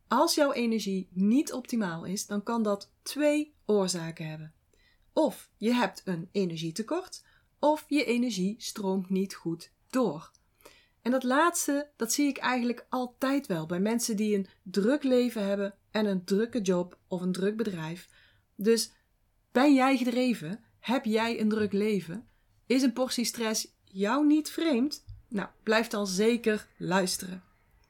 Als jouw energie niet optimaal is, dan kan dat 2 oorzaken hebben. Of je hebt een energietekort, of je energie stroomt niet goed door. En dat laatste, dat zie ik eigenlijk altijd wel bij mensen die een druk leven hebben en een drukke job of een druk bedrijf. Dus ben jij gedreven? Heb jij een druk leven? Is een portie stress jou niet vreemd? Nou, blijf dan zeker luisteren.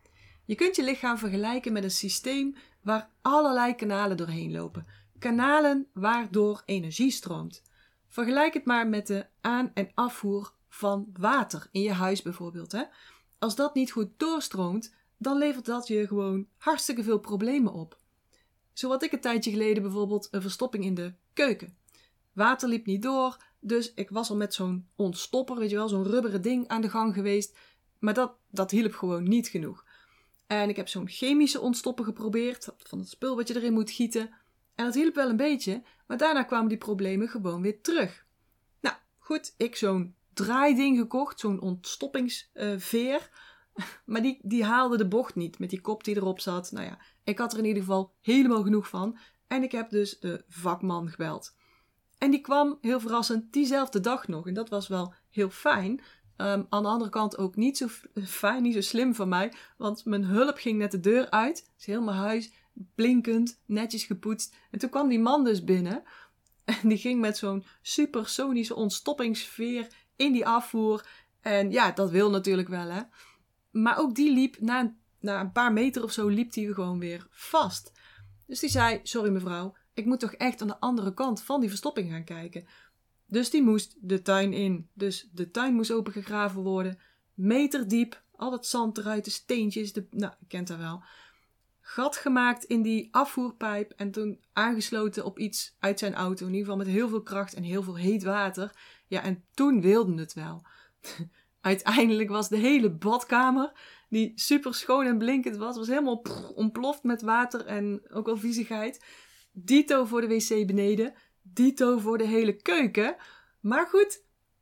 Je kunt je lichaam vergelijken met een systeem waar allerlei kanalen doorheen lopen. Kanalen waardoor energie stroomt. Vergelijk het maar met de aan- en afvoer van water in je huis bijvoorbeeld. Hè? Als dat niet goed doorstroomt, dan levert dat je gewoon hartstikke veel problemen op. Zo had ik een tijdje geleden bijvoorbeeld een verstopping in de keuken. Water liep niet door, dus ik was al met zo'n ontstopper, weet je wel, zo'n rubberen ding aan de gang geweest. Maar dat hielp gewoon niet genoeg. En ik heb zo'n chemische ontstopper geprobeerd, van het spul wat je erin moet gieten. En dat hielp wel een beetje, maar daarna kwamen die problemen gewoon weer terug. Nou, goed, ik zo'n draaiding gekocht, zo'n ontstoppingsveer. Maar die haalde de bocht niet met die kop die erop zat. Nou ja, ik had er in ieder geval helemaal genoeg van. En ik heb dus de vakman gebeld. En die kwam heel verrassend diezelfde dag nog. En dat was wel heel fijn. Aan de andere kant ook niet zo fijn, niet zo slim van mij. Want mijn hulp ging net de deur uit. Dus heel mijn huis blinkend, netjes gepoetst. En toen kwam die man dus binnen. En die ging met zo'n supersonische ontstoppingsveer in die afvoer. En ja, dat wil natuurlijk wel, hè. Maar ook die liep, na een paar meter of zo, liep die gewoon weer vast. Dus die zei, sorry mevrouw, ik moet toch echt aan de andere kant van die verstopping gaan kijken. Dus die moest de tuin in. Dus de tuin moest opengegraven worden. Meter diep, al dat zand eruit, de steentjes, nou, je kent dat wel. Gat gemaakt in die afvoerpijp en toen aangesloten op iets uit zijn auto. In ieder geval met heel veel kracht en heel veel heet water. Ja, en toen wilde het wel. Uiteindelijk was de hele badkamer, die super schoon en blinkend was helemaal ontploft met water en ook wel viezigheid. Dito voor de wc beneden, dito voor de hele keuken. Maar goed,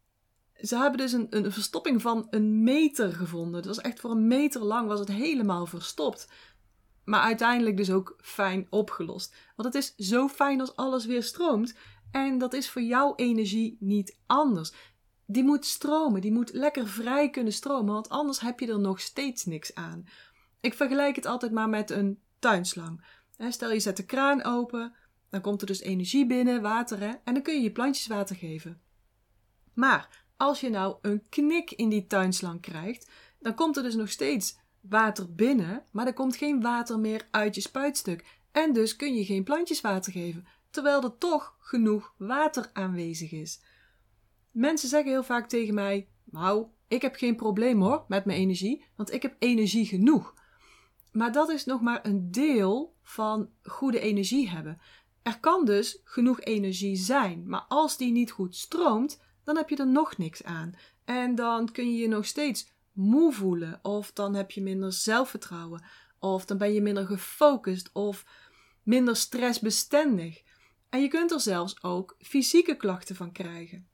ze hebben dus een verstopping van 1 meter gevonden. Het was echt voor 1 meter lang was het helemaal verstopt. Maar uiteindelijk dus ook fijn opgelost. Want het is zo fijn als alles weer stroomt. En dat is voor jouw energie niet anders. Die moet stromen, die moet lekker vrij kunnen stromen, want anders heb je er nog steeds niks aan. Ik vergelijk het altijd maar met een tuinslang. Stel je zet de kraan open, dan komt er dus energie binnen, water, en dan kun je je plantjes water geven. Maar als je nou een knik in die tuinslang krijgt, dan komt er dus nog steeds water binnen, maar er komt geen water meer uit je spuitstuk. En dus kun je geen plantjes water geven, terwijl er toch genoeg water aanwezig is. Mensen zeggen heel vaak tegen mij, nou, ik heb geen probleem hoor met mijn energie, want ik heb energie genoeg. Maar dat is nog maar een deel van goede energie hebben. Er kan dus genoeg energie zijn, maar als die niet goed stroomt, dan heb je er nog niks aan. En dan kun je je nog steeds moe voelen, of dan heb je minder zelfvertrouwen, of dan ben je minder gefocust, of minder stressbestendig. En je kunt er zelfs ook fysieke klachten van krijgen.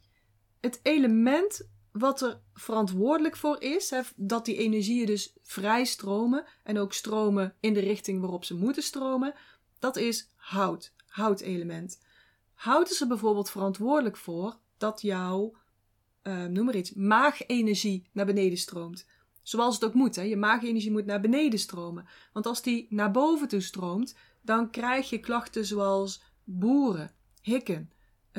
Het element wat er verantwoordelijk voor is, dat die energieën dus vrij stromen en ook stromen in de richting waarop ze moeten stromen, dat is hout, houtelement. Hout is er bijvoorbeeld verantwoordelijk voor dat jouw, noem maar iets, maagenergie naar beneden stroomt. Zoals het ook moet, hè? Je maagenergie moet naar beneden stromen. Want als die naar boven toe stroomt, dan krijg je klachten zoals boeren, hikken.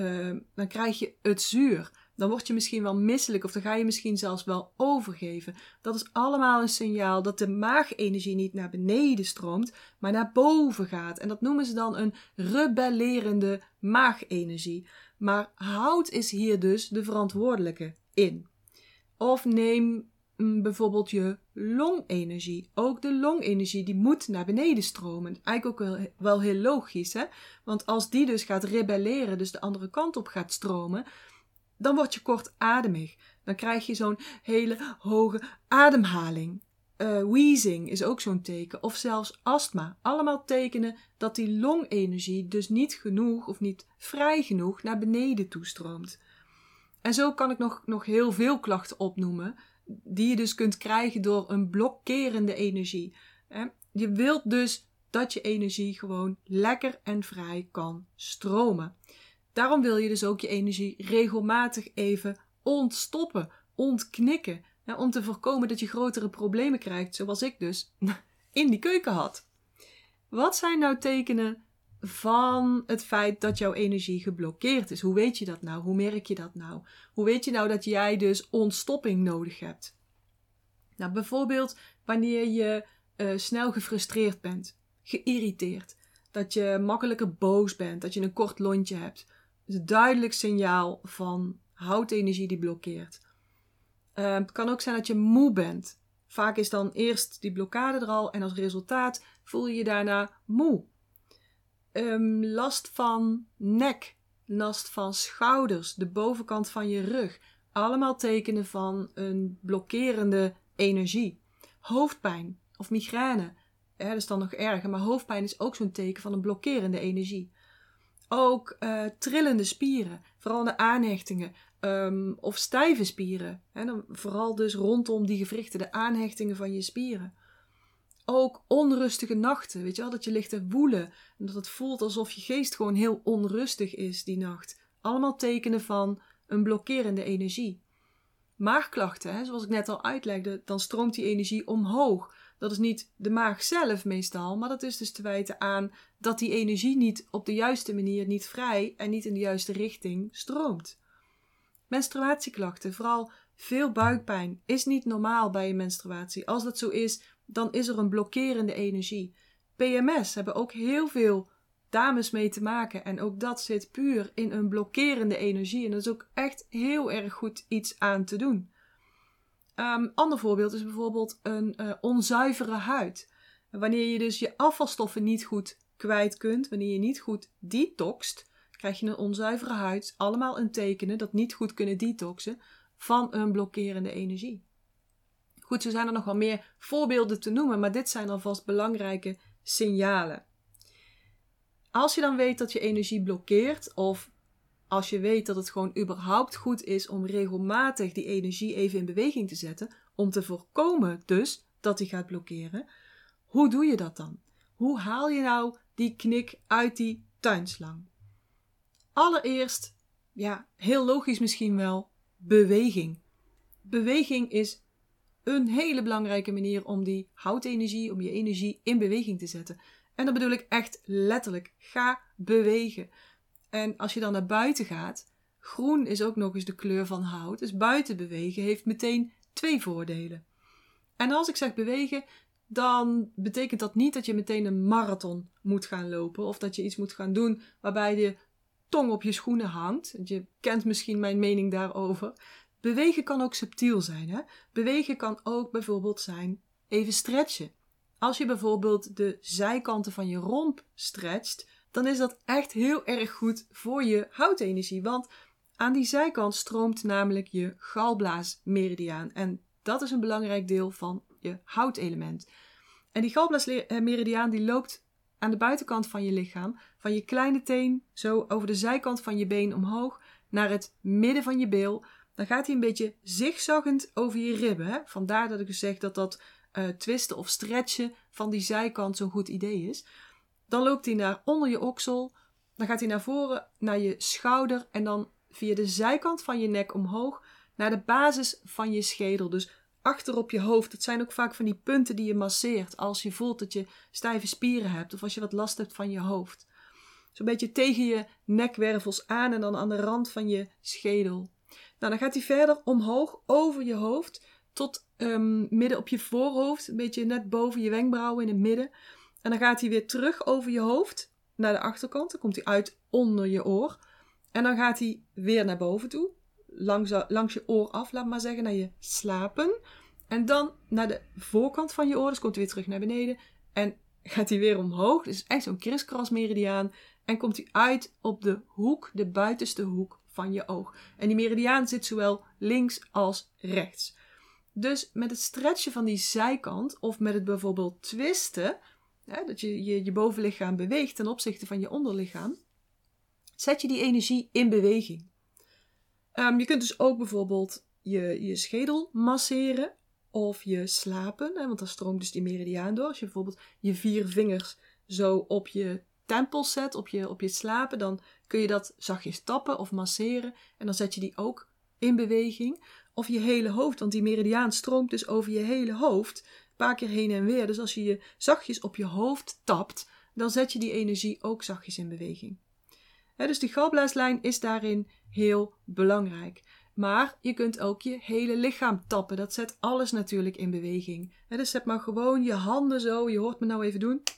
Dan krijg je het zuur. Dan word je misschien wel misselijk of dan ga je misschien zelfs wel overgeven. Dat is allemaal een signaal dat de maagenergie niet naar beneden stroomt, maar naar boven gaat. En dat noemen ze dan een rebellerende maagenergie. Maar hout is hier dus de verantwoordelijke in. Of neem bijvoorbeeld je longenergie. Ook de longenergie die moet naar beneden stromen. Eigenlijk ook wel heel logisch, hè? Want als die dus gaat rebelleren, dus de andere kant op gaat stromen, dan word je kortademig. Dan krijg je zo'n hele hoge ademhaling. Wheezing is ook zo'n teken. Of zelfs astma. Allemaal tekenen dat die longenergie dus niet genoeg of niet vrij genoeg naar beneden toestroomt. En zo kan ik nog heel veel klachten opnoemen, die je dus kunt krijgen door een blokkerende energie. je wilt dus dat je energie gewoon lekker en vrij kan stromen. Daarom wil je dus ook je energie regelmatig even ontstoppen, ontknikken. Om te voorkomen dat je grotere problemen krijgt, zoals ik dus in die keuken had. Wat zijn nou tekenen van het feit dat jouw energie geblokkeerd is? Hoe weet je dat nou? Hoe merk je dat nou? Hoe weet je nou dat jij dus ontstopping nodig hebt? Nou, bijvoorbeeld wanneer je snel gefrustreerd bent, geïrriteerd, dat je makkelijker boos bent, dat je een kort lontje hebt. Dat is een duidelijk signaal van houtenergie die blokkeert. Het kan ook zijn dat je moe bent. Vaak is dan eerst die blokkade er al en als resultaat voel je je daarna moe. Last van nek, last van schouders, de bovenkant van je rug. Allemaal tekenen van een blokkerende energie. Hoofdpijn of migraine, dat is dan nog erger, maar hoofdpijn is ook zo'n teken van een blokkerende energie. Ook trillende spieren, vooral de aanhechtingen, of stijve spieren. Dan vooral dus rondom die gewrichten, de aanhechtingen van je spieren. Ook onrustige nachten, weet je wel, dat je ligt te woelen. En dat het voelt alsof je geest gewoon heel onrustig is die nacht. Allemaal tekenen van een blokkerende energie. Maagklachten, zoals ik net al uitlegde, dan stroomt die energie omhoog. Dat is niet de maag zelf meestal, maar dat is dus te wijten aan dat die energie niet op de juiste manier, niet vrij en niet in de juiste richting stroomt. Menstruatieklachten, vooral veel buikpijn, is niet normaal bij je menstruatie. Als dat zo is, dan is er een blokkerende energie. PMS hebben ook heel veel dames mee te maken en ook dat zit puur in een blokkerende energie en dat is ook echt heel erg goed iets aan te doen. Ander voorbeeld is bijvoorbeeld een onzuivere huid. Wanneer je dus je afvalstoffen niet goed kwijt kunt, wanneer je niet goed detoxt, krijg je een onzuivere huid. Allemaal een tekenen dat niet goed kunnen detoxen van een blokkerende energie. Goed, zo zijn er nog wel meer voorbeelden te noemen, maar dit zijn alvast belangrijke signalen. Als je dan weet dat je energie blokkeert, of als je weet dat het gewoon überhaupt goed is om regelmatig die energie even in beweging te zetten, om te voorkomen dus dat die gaat blokkeren, hoe doe je dat dan? Hoe haal je nou die knik uit die tuinslang? Allereerst, heel logisch misschien wel, beweging. Beweging is een hele belangrijke manier om die houtenergie, om je energie in beweging te zetten. En dat bedoel ik echt letterlijk. Ga bewegen. En als je dan naar buiten gaat, groen is ook nog eens de kleur van hout. Dus buiten bewegen heeft meteen 2 voordelen. En als ik zeg bewegen, dan betekent dat niet dat je meteen een marathon moet gaan lopen. Of dat je iets moet gaan doen waarbij de tong op je schoenen hangt. Je kent misschien mijn mening daarover. Bewegen kan ook subtiel zijn. Hè? Bewegen kan ook bijvoorbeeld zijn even stretchen. Als je bijvoorbeeld de zijkanten van je romp stretcht, dan is dat echt heel erg goed voor je houtenergie. Want aan die zijkant stroomt namelijk je galblaasmeridiaan. En dat is een belangrijk deel van je houtelement. En die galblaasmeridiaan die loopt aan de buitenkant van je lichaam, van je kleine teen, zo over de zijkant van je been omhoog, naar het midden van je bil. Dan gaat hij een beetje zigzaggend over je ribben. Hè? Vandaar dat ik dus zeg dat twisten of stretchen van die zijkant zo'n goed idee is. Dan loopt hij naar onder je oksel. Dan gaat hij naar voren, naar je schouder. En dan via de zijkant van je nek omhoog naar de basis van je schedel. Dus achter op je hoofd. Dat zijn ook vaak van die punten die je masseert. Als je voelt dat je stijve spieren hebt. Of als je wat last hebt van je hoofd. Zo'n beetje tegen je nekwervels aan en dan aan de rand van je schedel. Nou, dan gaat hij verder omhoog over je hoofd tot midden op je voorhoofd. Een beetje net boven je wenkbrauwen in het midden. En dan gaat hij weer terug over je hoofd naar de achterkant. Dan komt hij uit onder je oor. En dan gaat hij weer naar boven toe. Langs je oor af, laat maar zeggen, naar je slapen. En dan naar de voorkant van je oor. Dus komt hij weer terug naar beneden. En gaat hij weer omhoog. Dus echt zo'n kriskras-meridiaan. En komt hij uit op de hoek, de buitenste hoek van je oog. En die meridiaan zit zowel links als rechts. Dus met het stretchen van die zijkant of met het bijvoorbeeld twisten, dat je bovenlichaam beweegt ten opzichte van je onderlichaam, zet je die energie in beweging. Je kunt dus ook bijvoorbeeld je schedel masseren. of je slapen, want dan stroomt dus die meridiaan door. Als je bijvoorbeeld je 4 vingers zo op je tempels zet, op je slapen, dan kun je dat zachtjes tappen of masseren en dan zet je die ook in beweging. Of je hele hoofd, want die meridiaan stroomt dus over je hele hoofd, een paar keer heen en weer. Dus als je je zachtjes op je hoofd tapt, dan zet je die energie ook zachtjes in beweging. Dus die galblaaslijn is daarin heel belangrijk. Maar je kunt ook je hele lichaam tappen. Dat zet alles natuurlijk in beweging. Dus zet maar gewoon je handen zo. Je hoort me nou even doen.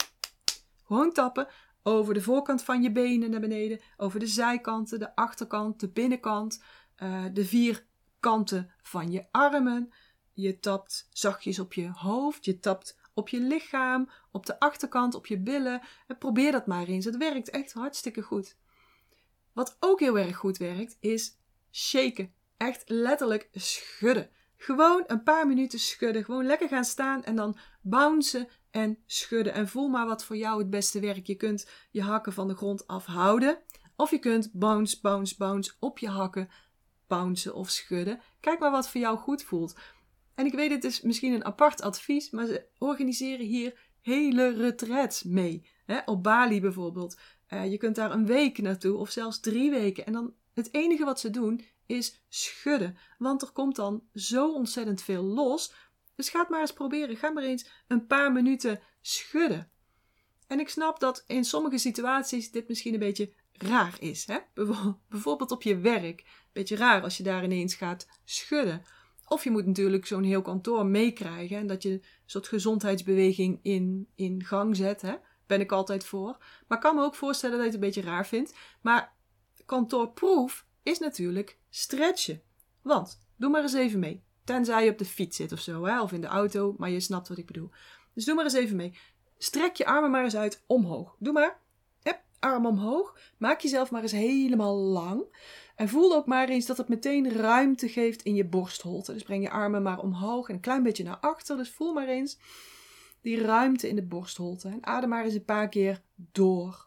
Gewoon tappen. Over de voorkant van je benen naar beneden. Over de zijkanten, de achterkant, de binnenkant. De 4 kanten van je armen. Je tapt zachtjes op je hoofd. Je tapt op je lichaam. Op de achterkant, op je billen. En probeer dat maar eens. Het werkt echt hartstikke goed. Wat ook heel erg goed werkt, is shaken. Echt letterlijk schudden. Gewoon een paar minuten schudden. Gewoon lekker gaan staan en dan bouncen en schudden. En voel maar wat voor jou het beste werkt. Je kunt je hakken van de grond afhouden. Of je kunt bounce, bounce, bounce op je hakken bouncen of schudden. Kijk maar wat voor jou goed voelt. En ik weet, het is misschien een apart advies, maar ze organiseren hier hele retraites mee. Op Bali bijvoorbeeld. Je kunt daar een week naartoe of zelfs 3 weken. En dan het enige wat ze doen is schudden. Want er komt dan zo ontzettend veel los. Dus ga het maar eens proberen. Ga maar eens een paar minuten schudden. En ik snap dat in sommige situaties dit misschien een beetje raar is. Bijvoorbeeld op je werk. Beetje raar als je daar ineens gaat schudden. Of je moet natuurlijk zo'n heel kantoor meekrijgen. En dat je een soort gezondheidsbeweging in gang zet. Ben ik altijd voor. Maar ik kan me ook voorstellen dat je het een beetje raar vindt. Maar kantoorproof is natuurlijk stretchen. Want, doe maar eens even mee. Tenzij je op de fiets zit of zo. Of in de auto. Maar je snapt wat ik bedoel. Dus doe maar eens even mee. Strek je armen maar eens uit omhoog. Doe maar. Arm omhoog. Maak jezelf maar eens helemaal lang. En voel ook maar eens dat het meteen ruimte geeft in je borstholte. Dus breng je armen maar omhoog en een klein beetje naar achter. Dus voel maar eens die ruimte in de borstholte. En adem maar eens een paar keer door.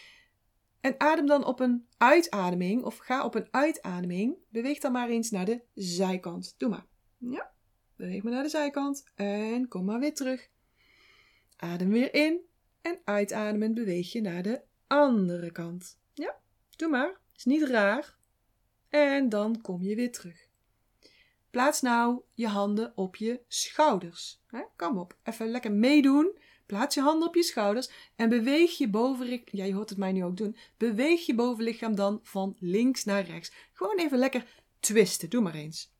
En adem dan op een uitademing, of ga op een uitademing. Beweeg dan maar eens naar de zijkant. Doe maar. Ja, beweeg maar naar de zijkant. En kom maar weer terug. Adem weer in. En uitademend beweeg je naar de andere kant. Ja, doe maar. Is niet raar. En dan kom je weer terug. Plaats nou je handen op je schouders. Kom op, even lekker meedoen. Plaats je handen op je schouders en beweeg je bovenlichaam. Ja, je hoort het mij nu ook doen. Beweeg je bovenlichaam dan van links naar rechts. Gewoon even lekker twisten. Doe maar eens.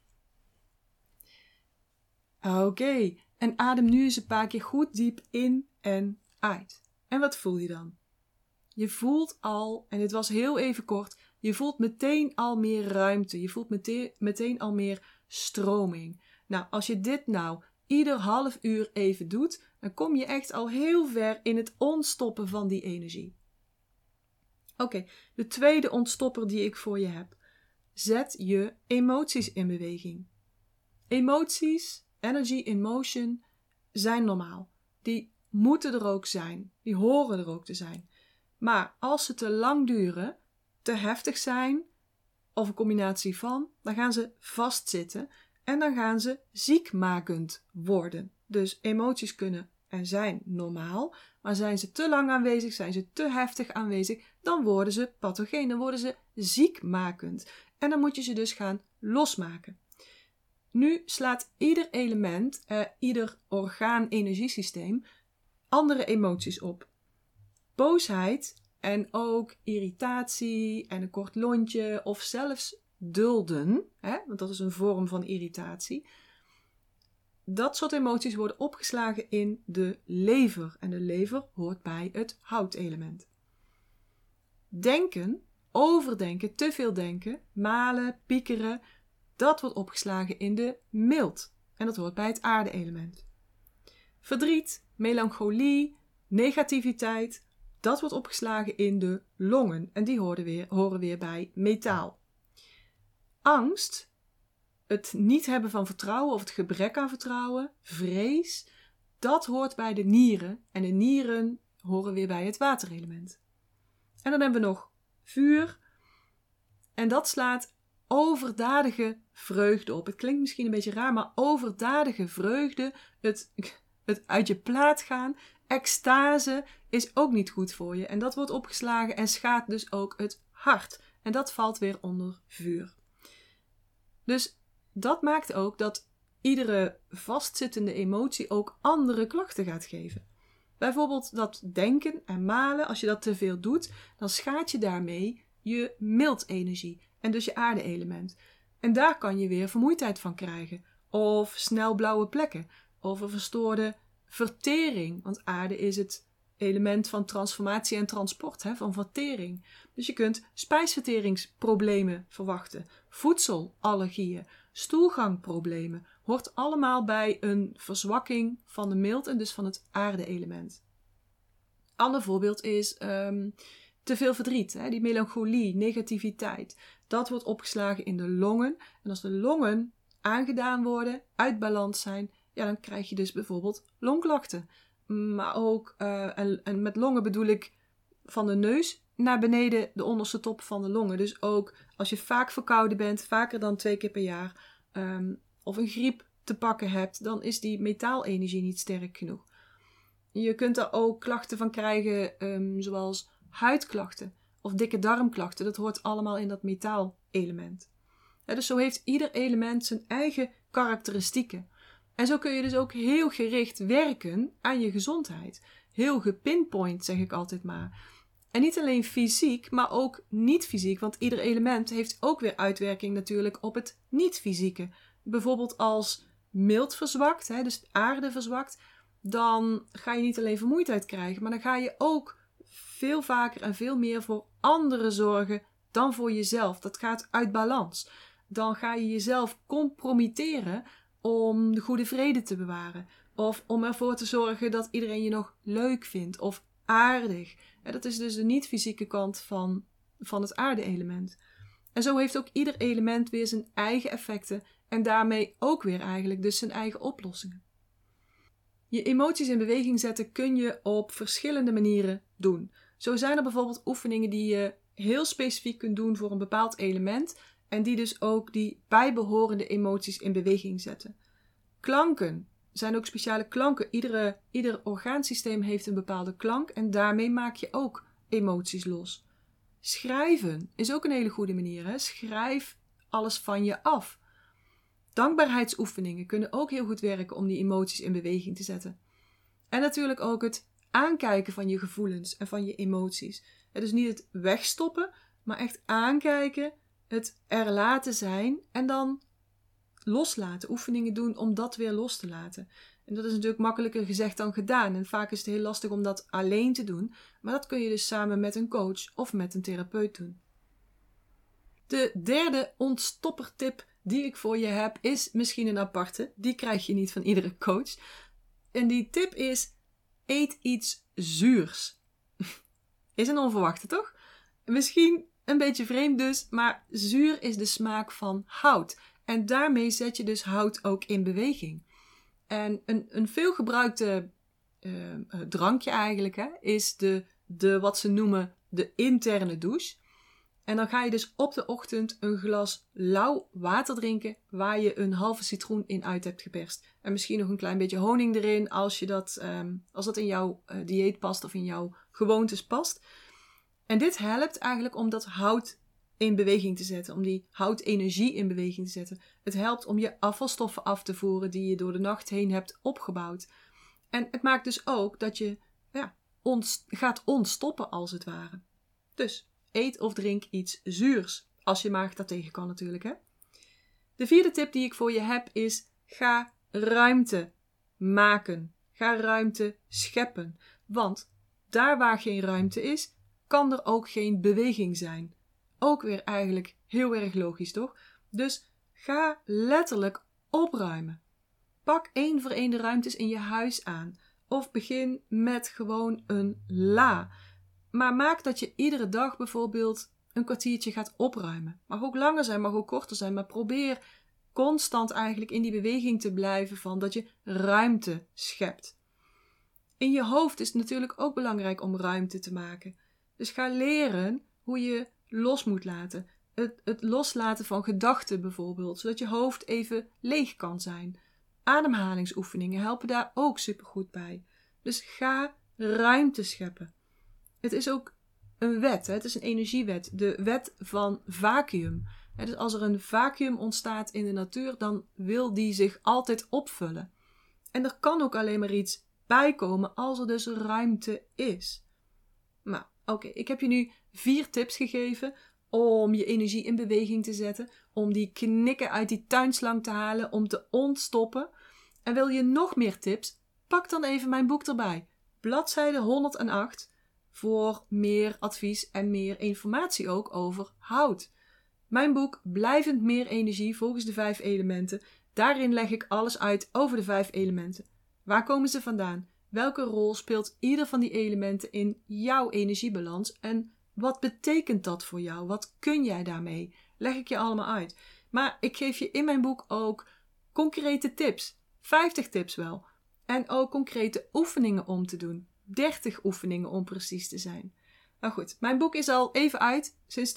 Oké, en adem nu eens een paar keer goed diep in en uit. En wat voel je dan? Je voelt al, en dit was heel even kort, je voelt meteen al meer ruimte. Je voelt meteen al meer stroming. Nou, als je dit nou ieder half uur even doet, dan kom je echt al heel ver in het ontstoppen van die energie. Oké, de tweede ontstopper die ik voor je heb. Zet je emoties in beweging. Emoties, energy in motion, zijn normaal. Die moeten er ook zijn. Die horen er ook te zijn. Maar als ze te lang duren, te heftig zijn, of een combinatie van, dan gaan ze vastzitten en dan gaan ze ziekmakend worden. Dus emoties kunnen en zijn normaal, maar zijn ze te lang aanwezig, zijn ze te heftig aanwezig, dan worden ze pathogeen, dan worden ze ziekmakend. En dan moet je ze dus gaan losmaken. Nu slaat ieder element, ieder orgaan-energiesysteem andere emoties op. Boosheid en ook irritatie en een kort lontje of zelfs dulden, want dat is een vorm van irritatie. Dat soort emoties worden opgeslagen in de lever en de lever hoort bij het houtelement. Denken, overdenken, te veel denken, malen, piekeren, dat wordt opgeslagen in de milt en dat hoort bij het aarde-element. Verdriet, melancholie, negativiteit, dat wordt opgeslagen in de longen en die horen weer bij metaal. Angst, het niet hebben van vertrouwen of het gebrek aan vertrouwen, vrees, dat hoort bij de nieren en de nieren horen weer bij het waterelement. En dan hebben we nog vuur en dat slaat overdadige vreugde op. Het klinkt misschien een beetje raar, maar overdadige vreugde, het uit je plaat gaan, extase is ook niet goed voor je. En dat wordt opgeslagen en schaadt dus ook het hart. En dat valt weer onder vuur. Dus dat maakt ook dat iedere vastzittende emotie ook andere klachten gaat geven. Bijvoorbeeld dat denken en malen, als je dat te veel doet, dan schaadt je daarmee je mildenergie en dus je aarde-element. En daar kan je weer vermoeidheid van krijgen. Of snel blauwe plekken. Of een verstoorde vertering. Want aarde is het element van transformatie en transport, van vertering. Dus je kunt spijsverteringsproblemen verwachten. Voedselallergieën, stoelgangproblemen. Hoort allemaal bij een verzwakking van de mild en dus van het aarde-element. Ander voorbeeld is te veel verdriet, die melancholie, negativiteit. Dat wordt opgeslagen in de longen. En als de longen aangedaan worden, uit balans zijn, dan krijg je dus bijvoorbeeld longklachten. Maar ook, en met longen bedoel ik van de neus naar beneden de onderste top van de longen. Dus ook als je vaak verkouden bent, vaker dan 2 keer per jaar, of een griep te pakken hebt, dan is die metaalenergie niet sterk genoeg. Je kunt er ook klachten van krijgen, zoals huidklachten of dikke darmklachten. Dat hoort allemaal in dat metaalelement. Dus zo heeft ieder element zijn eigen karakteristieken. En zo kun je dus ook heel gericht werken aan je gezondheid. Heel gepinpoint, zeg ik altijd maar. En niet alleen fysiek, maar ook niet fysiek. Want ieder element heeft ook weer uitwerking natuurlijk op het niet-fysieke. Bijvoorbeeld als mild verzwakt, dus aarde verzwakt, dan ga je niet alleen vermoeidheid krijgen, maar dan ga je ook veel vaker en veel meer voor anderen zorgen dan voor jezelf. Dat gaat uit balans. Dan ga je jezelf compromitteren om de goede vrede te bewaren. Of om ervoor te zorgen dat iedereen je nog leuk vindt of aardig. Dat is dus de niet-fysieke kant van het aarde-element. En zo heeft ook ieder element weer zijn eigen effecten en daarmee ook weer eigenlijk dus zijn eigen oplossingen. Je emoties in beweging zetten kun je op verschillende manieren doen. Zo zijn er bijvoorbeeld oefeningen die je heel specifiek kunt doen voor een bepaald element en die dus ook die bijbehorende emoties in beweging zetten. Klanken zijn ook speciale klanken. Ieder orgaansysteem heeft een bepaalde klank en daarmee maak je ook emoties los. Schrijven is ook een hele goede manier. Schrijf alles van je af. Dankbaarheidsoefeningen kunnen ook heel goed werken om die emoties in beweging te zetten. En natuurlijk ook het aankijken van je gevoelens en van je emoties. Dus niet het wegstoppen, maar echt aankijken, het er laten zijn en dan loslaten. Oefeningen doen om dat weer los te laten. En dat is natuurlijk makkelijker gezegd dan gedaan. En vaak is het heel lastig om dat alleen te doen. Maar dat kun je dus samen met een coach of met een therapeut doen. De derde ontstoppertip die ik voor je heb is misschien een aparte. Die krijg je niet van iedere coach. En die tip is: eet iets zuurs. Is een onverwachte, toch? Misschien een beetje vreemd dus, maar zuur is de smaak van hout. En daarmee zet je dus hout ook in beweging. En een veelgebruikte drankje eigenlijk is de wat ze noemen de interne douche. En dan ga je dus op de ochtend een glas lauw water drinken waar je een halve citroen in uit hebt geperst. En misschien nog een klein beetje honing erin als dat in jouw dieet past of in jouw gewoontes past. En dit helpt eigenlijk om dat hout in beweging te zetten, om die houtenergie in beweging te zetten. Het helpt om je afvalstoffen af te voeren die je door de nacht heen hebt opgebouwd. En het maakt dus ook dat je gaat ontstoppen als het ware. Dus eet of drink iets zuurs, als je maag dat tegen kan natuurlijk. De vierde tip die ik voor je heb is: ga ruimte maken. Ga ruimte scheppen. Want daar waar geen ruimte is, kan er ook geen beweging zijn. Ook weer eigenlijk heel erg logisch, toch? Dus ga letterlijk opruimen. Pak 1 voor 1 de ruimtes in je huis aan. Of begin met gewoon een la. Maar maak dat je iedere dag bijvoorbeeld een kwartiertje gaat opruimen. Mag ook langer zijn, mag ook korter zijn. Maar probeer constant eigenlijk in die beweging te blijven van dat je ruimte schept. In je hoofd is het natuurlijk ook belangrijk om ruimte te maken. Dus ga leren hoe je los moet laten. het loslaten van gedachten bijvoorbeeld, zodat je hoofd even leeg kan zijn. Ademhalingsoefeningen helpen daar ook supergoed bij. Dus ga ruimte scheppen. Het is ook een wet, het is een energiewet, de wet van vacuüm. Dus als er een vacuüm ontstaat in de natuur, dan wil die zich altijd opvullen. En er kan ook alleen maar iets bijkomen als er dus ruimte is. Nou, oké, ik heb je nu 4 tips gegeven om je energie in beweging te zetten, om die knikken uit die tuinslang te halen, om te ontstoppen. En wil je nog meer tips? Pak dan even mijn boek erbij. Bladzijde 108 voor meer advies en meer informatie ook over hout. Mijn boek Blijvend meer energie volgens de 5 elementen. Daarin leg ik alles uit over de 5 elementen. Waar komen ze vandaan? Welke rol speelt ieder van die elementen in jouw energiebalans? En wat betekent dat voor jou? Wat kun jij daarmee? Leg ik je allemaal uit. Maar ik geef je in mijn boek ook concrete tips. 50 tips wel. En ook concrete oefeningen om te doen. 30 oefeningen om precies te zijn. Nou goed, mijn boek is al even uit. Sinds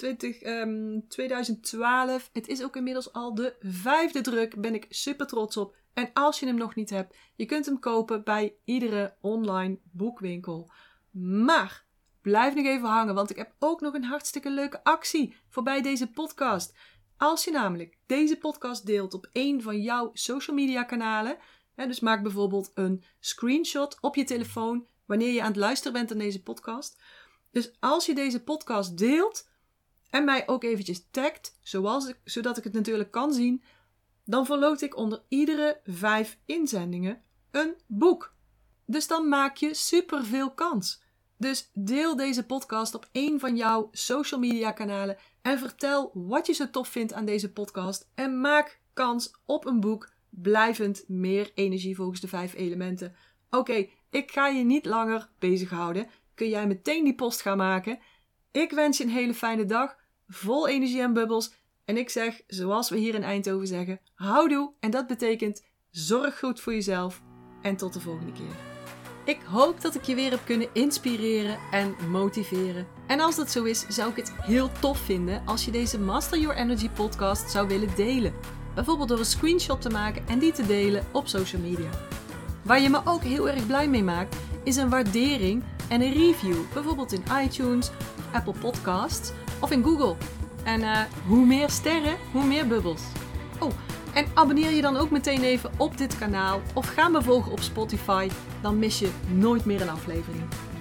2012. Het is ook inmiddels al de 5e druk. Ben ik super trots op. En als je hem nog niet hebt, je kunt hem kopen bij iedere online boekwinkel. Maar blijf nog even hangen, want ik heb ook nog een hartstikke leuke actie voorbij deze podcast. Als je namelijk deze podcast deelt op een van jouw social media kanalen, dus maak bijvoorbeeld een screenshot op je telefoon wanneer je aan het luisteren bent naar deze podcast. Dus als je deze podcast deelt en mij ook eventjes tagt, zodat ik het natuurlijk kan zien, dan verloot ik onder iedere 5 inzendingen een boek. Dus dan maak je superveel kans. Dus deel deze podcast op een van jouw social media kanalen en vertel wat je zo tof vindt aan deze podcast en maak kans op een boek Blijvend meer energie volgens de 5 elementen. Oké, ik ga je niet langer bezighouden. Kun jij meteen die post gaan maken. Ik wens je een hele fijne dag, vol energie en bubbels. En ik zeg, zoals we hier in Eindhoven zeggen, houdoe. En dat betekent, zorg goed voor jezelf. En tot de volgende keer. Ik hoop dat ik je weer heb kunnen inspireren en motiveren. En als dat zo is, zou ik het heel tof vinden als je deze Master Your Energy podcast zou willen delen. Bijvoorbeeld door een screenshot te maken en die te delen op social media. Waar je me ook heel erg blij mee maakt, is een waardering en een review. Bijvoorbeeld in iTunes, of Apple Podcasts of in Google. En hoe meer sterren, hoe meer bubbels. Oh, en abonneer je dan ook meteen even op dit kanaal of ga me volgen op Spotify. Dan mis je nooit meer een aflevering.